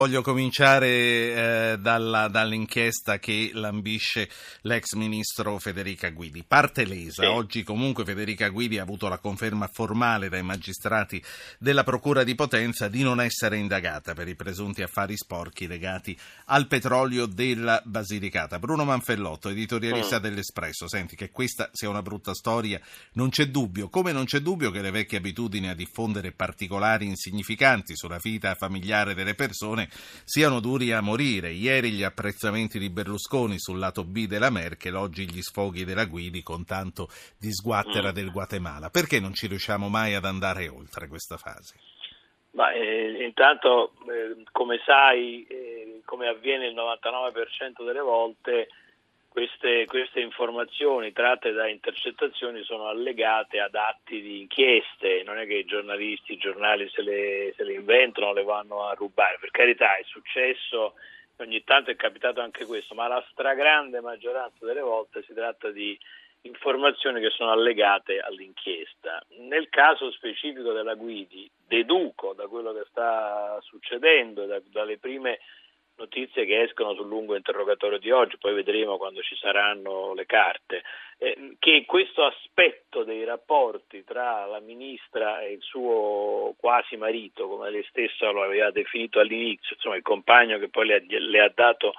Voglio cominciare dall'inchiesta che lambisce l'ex ministro Federica Guidi. Parte lesa. Sì. Oggi comunque Federica Guidi ha avuto la conferma formale dai magistrati della Procura di Potenza di non essere indagata per i presunti affari sporchi legati al petrolio della Basilicata. Bruno Manfellotto, editorialista dell'Espresso, senti che questa sia una brutta storia, non c'è dubbio, come non c'è dubbio che le vecchie abitudini a diffondere particolari insignificanti sulla vita familiare delle persone siano duri a morire. Ieri gli apprezzamenti di Berlusconi sul lato B della Merkel, oggi gli sfoghi della Guidi con tanto di sguattera del Guatemala. Perché non ci riusciamo mai ad andare oltre questa fase? Intanto, come sai, come avviene il 99% delle volte, queste informazioni tratte da intercettazioni sono allegate ad atti di inchieste, non è che i giornali se le inventano, le vanno a rubare. Per carità, è successo, ogni tanto è capitato anche questo, ma la stragrande maggioranza delle volte si tratta di informazioni che sono allegate all'inchiesta. Nel caso specifico della Guidi, deduco da quello che sta succedendo, dalle prime notizie che escono sul lungo interrogatorio di oggi, poi vedremo quando ci saranno le carte, che questo aspetto dei rapporti tra la ministra e il suo quasi marito, come lei stessa lo aveva definito all'inizio, insomma il compagno che poi le ha dato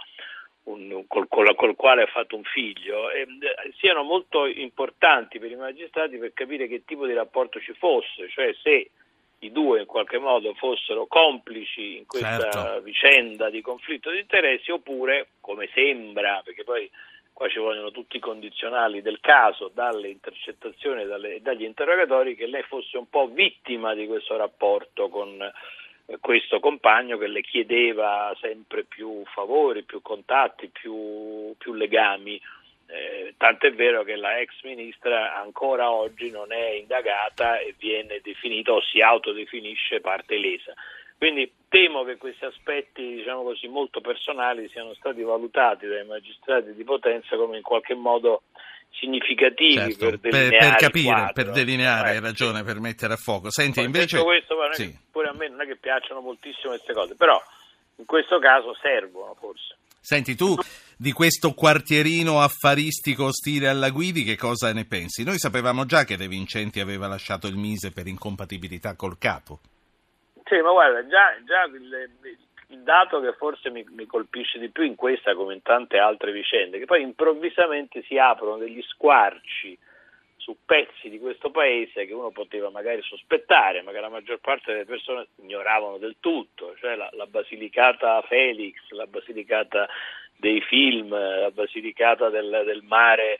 col quale ha fatto un figlio, siano molto importanti per i magistrati per capire che tipo di rapporto ci fosse, cioè se i due in qualche modo fossero complici in questa vicenda di conflitto di interessi, oppure, come sembra, perché poi qua ci vogliono tutti i condizionali del caso, dalle intercettazioni e dagli interrogatori, che lei fosse un po' vittima di questo rapporto con questo compagno che le chiedeva sempre più favori, più contatti, più legami. Tant'è vero che la ex ministra ancora oggi non è indagata e viene definita o si autodefinisce parte lesa. Quindi temo che questi aspetti, diciamo così, molto personali siano stati valutati dai magistrati di Potenza come in qualche modo significativi, certo, per delineare per capire, il quadro. per delineare, hai ragione, per mettere a fuoco. Senti, Poi, invece detto questo, sì, pure a me non è che piacciono moltissimo queste cose, però in questo caso servono forse. Senti, tu di questo quartierino affaristico ostile alla Guidi che cosa ne pensi? Noi sapevamo già che De Vincenti aveva lasciato il Mise per incompatibilità col capo. Sì, ma guarda, già il dato che forse mi colpisce di più in questa, come in tante altre vicende, che poi improvvisamente si aprono degli squarci su pezzi di questo paese che uno poteva magari sospettare, ma che la maggior parte delle persone ignoravano del tutto, cioè la Basilicata Felix, la Basilicata dei film, la Basilicata del mare,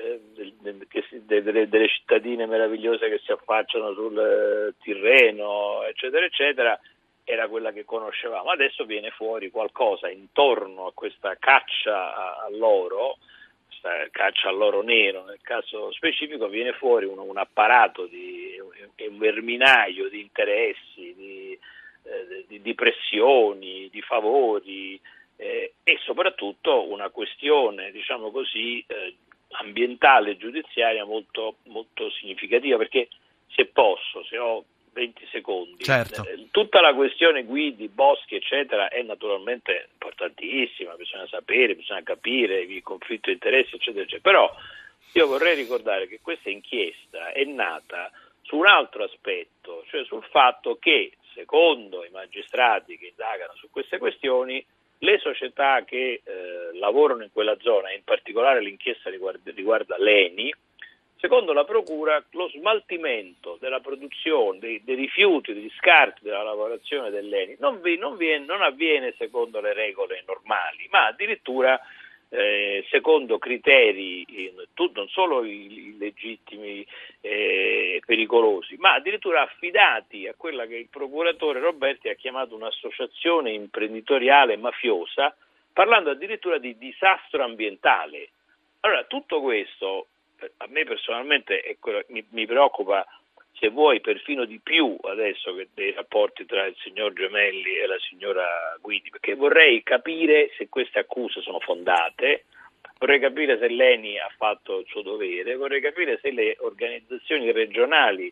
delle cittadine meravigliose che si affacciano sul Tirreno, eccetera, eccetera, era quella che conoscevamo. Adesso viene fuori qualcosa intorno a questa caccia all'oro, caccia all'oro nero nel caso specifico, viene fuori un apparato un verminaio di interessi, di pressioni, di favori, e soprattutto una questione, diciamo così, ambientale e giudiziaria molto, molto significativa, perché se ho 20 secondi, certo. Tutta la questione Guidi, Boschi eccetera è naturalmente importantissima, bisogna sapere, bisogna capire il conflitto di interessi eccetera eccetera, però io vorrei ricordare che questa inchiesta è nata su un altro aspetto, cioè sul fatto che secondo i magistrati che indagano su queste questioni le società che lavorano in quella zona, in particolare l'inchiesta riguarda l'ENI, secondo la Procura lo smaltimento della produzione dei rifiuti, degli scarti della lavorazione dell'ENI non avviene secondo le regole normali, ma addirittura secondo criteri non solo illegittimi e pericolosi, ma addirittura affidati a quella che il procuratore Roberti ha chiamato un'associazione imprenditoriale mafiosa, parlando addirittura di disastro ambientale. Allora, tutto questo a me personalmente mi preoccupa, se vuoi, perfino di più adesso che dei rapporti tra il signor Gemelli e la signora Guidi, perché vorrei capire se queste accuse sono fondate, vorrei capire se l'ENI ha fatto il suo dovere, vorrei capire se le organizzazioni regionali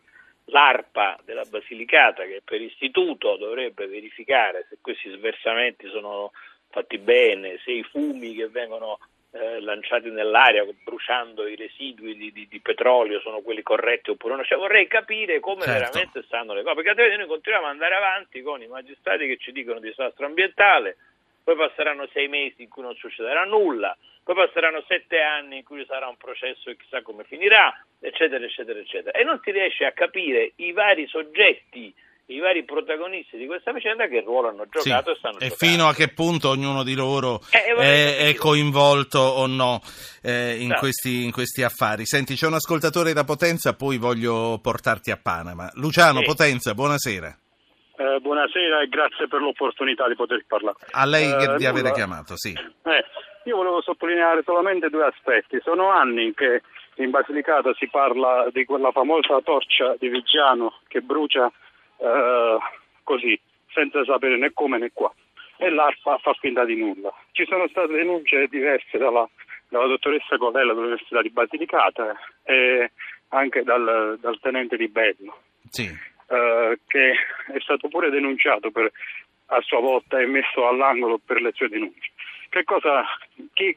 l'ARPA della Basilicata, che per istituto dovrebbe verificare se questi sversamenti sono fatti bene, se i fumi che vengono lanciati nell'aria bruciando i residui di petrolio sono quelli corretti oppure no. Cioè, vorrei capire come veramente stanno le cose, perché altrimenti noi continuiamo ad andare avanti con i magistrati che ci dicono disastro ambientale, poi passeranno 6 mesi in cui non succederà nulla, poi passeranno 7 anni in cui sarà un processo e chissà come finirà, eccetera, eccetera, eccetera. E non si riesce a capire i vari soggetti, i vari protagonisti di questa vicenda che ruolo hanno giocato e stanno giocando. E fino a che punto ognuno di loro è coinvolto o no in questi affari. Senti, c'è un ascoltatore da Potenza, poi voglio portarti a Panama. Luciano, Potenza, buonasera. Buonasera e grazie per l'opportunità di poter parlare. A lei di aver chiamato, sì. Io volevo sottolineare solamente 2 aspetti. Sono anni che in Basilicata si parla di quella famosa torcia di Viggiano che brucia così, senza sapere né come né qua. E l'ARPA fa finta di nulla. Ci sono state denunce diverse dalla dottoressa Colella dell'Università di Basilicata e anche dal tenente Di Bello. Sì. Che è stato pure denunciato a sua volta e messo all'angolo per le sue denunce. Chi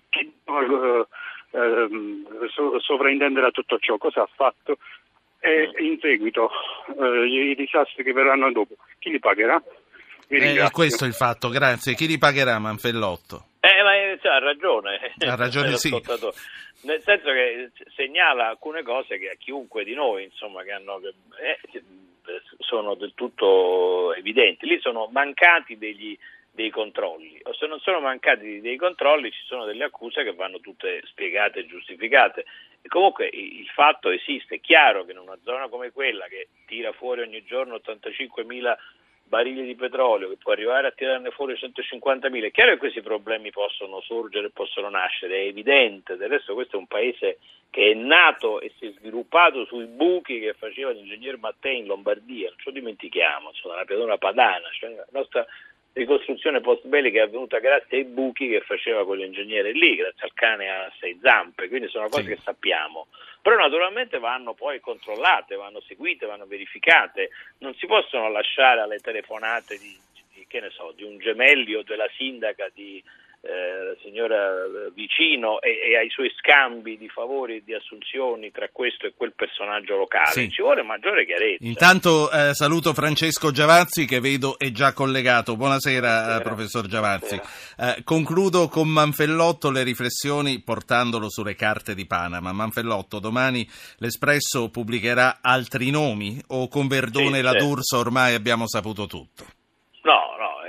sovrintendere a tutto ciò cosa ha fatto e in seguito i disastri che verranno dopo chi li pagherà? Questo è il fatto, grazie. Chi li pagherà, Manfellotto? Ma ha ragione sì. Nel senso che segnala alcune cose che a chiunque di noi, insomma, sono del tutto evidenti. Lì sono mancati dei controlli, o se non sono mancati dei controlli ci sono delle accuse che vanno tutte spiegate e giustificate. E comunque il fatto esiste. È chiaro che in una zona come quella che tira fuori ogni giorno 85.000 barili di petrolio, che può arrivare a tirarne fuori 150.000, è chiaro che questi problemi possono sorgere, possono nascere, è evidente. Del resto questo è un paese che è nato e si è sviluppato sui buchi che faceva l'ingegner Mattei in Lombardia, non ce lo dimentichiamo, insomma, la pianura padana, cioè la nostra ricostruzione post-bellica è avvenuta grazie ai buchi che faceva quell'ingegnere lì, grazie al cane a 6 zampe, quindi sono cose che sappiamo. Però naturalmente vanno poi controllate, vanno seguite, vanno verificate, non si possono lasciare alle telefonate di un Gemelli o della sindaca di signora Vicino e ai suoi scambi di favori e di assunzioni tra questo e quel personaggio locale. Sì. Ci vuole maggiore chiarezza. Intanto saluto Francesco Giavazzi che vedo è già collegato. Buonasera. Professor Giavazzi. Concludo con Manfellotto le riflessioni portandolo sulle carte di Panama. Manfellotto, domani l'Espresso pubblicherà altri nomi o con Verdone e la D'Urso ormai abbiamo saputo tutto? No.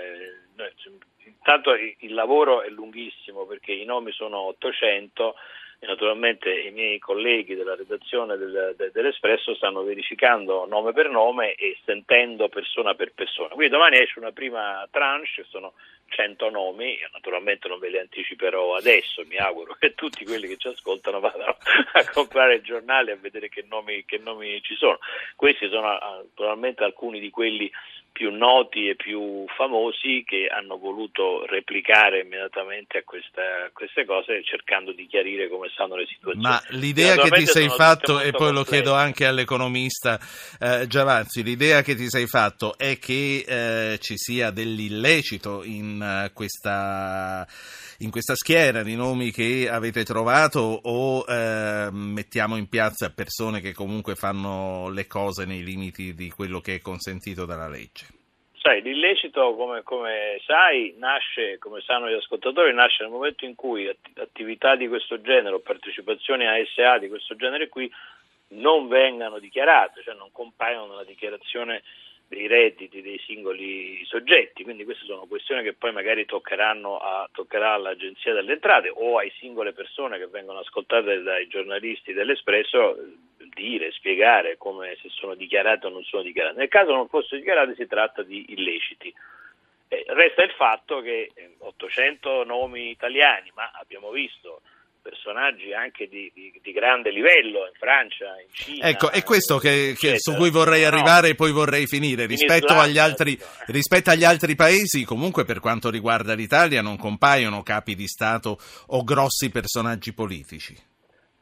Intanto il lavoro è lunghissimo perché i nomi sono 800 e naturalmente i miei colleghi della redazione dell'Espresso stanno verificando nome per nome e sentendo persona per persona. Quindi domani esce una prima tranche, sono 100 nomi, io naturalmente non ve li anticiperò adesso, mi auguro che tutti quelli che ci ascoltano vadano a comprare il giornale e a vedere che nomi ci sono. Questi sono naturalmente alcuni di quelli più noti e più famosi che hanno voluto replicare immediatamente a queste cose cercando di chiarire come stanno le situazioni. Ma l'idea che ti sei fatto, e poi lo chiedo anche all'economista Giavazzi, l'idea che ti sei fatto è che ci sia dell'illecito in questa schiera di nomi che avete trovato o mettiamo in piazza persone che comunque fanno le cose nei limiti di quello che è consentito dalla legge? Sai, l'illecito, come sai, nasce, come sanno gli ascoltatori, nasce nel momento in cui attività di questo genere o partecipazioni a SA di questo genere qui non vengano dichiarate, cioè non compaiono nella dichiarazione dei redditi dei singoli soggetti, quindi queste sono questioni che poi magari toccherà all'Agenzia delle Entrate o ai singole persone che vengono ascoltate dai giornalisti dell'Espresso spiegare come se sono dichiarate o non sono dichiarate. Nel caso non fossero dichiarate si tratta di illeciti. Resta il fatto che 800 nomi italiani, ma abbiamo visto personaggi anche di grande livello in Francia, in Cina. Ecco, è questo che su cui vorrei arrivare e poi vorrei finire. Rispetto agli altri paesi, comunque per quanto riguarda l'Italia non compaiono capi di Stato o grossi personaggi politici.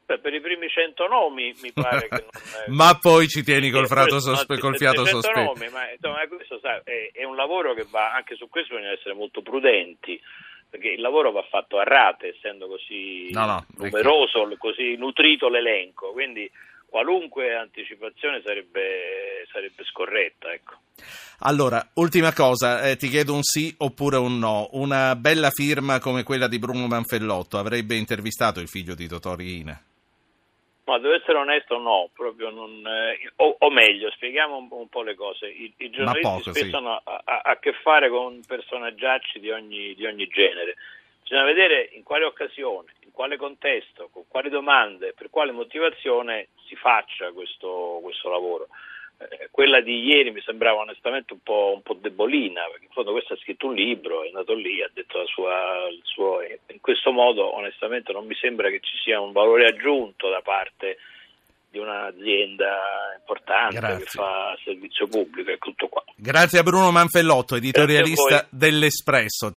Per i primi 100 nomi mi pare che non... Ma poi ci tieni col fiato sospeso. Nomi, ma insomma, questo è un lavoro che va, anche su questo bisogna essere molto prudenti, perché il lavoro va fatto a rate, essendo così numeroso, così nutrito l'elenco, quindi qualunque anticipazione sarebbe scorretta, ecco. Allora, ultima cosa, ti chiedo un sì oppure un no. Una bella firma come quella di Bruno Manfellotto avrebbe intervistato il figlio di Totò Riina? Ma devo essere onesto, no, proprio non. O meglio, spieghiamo un po' le cose. I giornalisti spesso hanno a che fare con personaggiacci di ogni genere. Bisogna vedere in quale occasione, in quale contesto, con quali domande, per quale motivazione si faccia questo lavoro. Quella di ieri mi sembrava onestamente un po' debolina, perché in fondo questo ha scritto un libro, è andato lì, ha detto il suo. In questo modo onestamente non mi sembra che ci sia un valore aggiunto da parte di un'azienda importante che fa servizio pubblico, è tutto qua. Grazie a Bruno Manfellotto, editorialista dell'Espresso.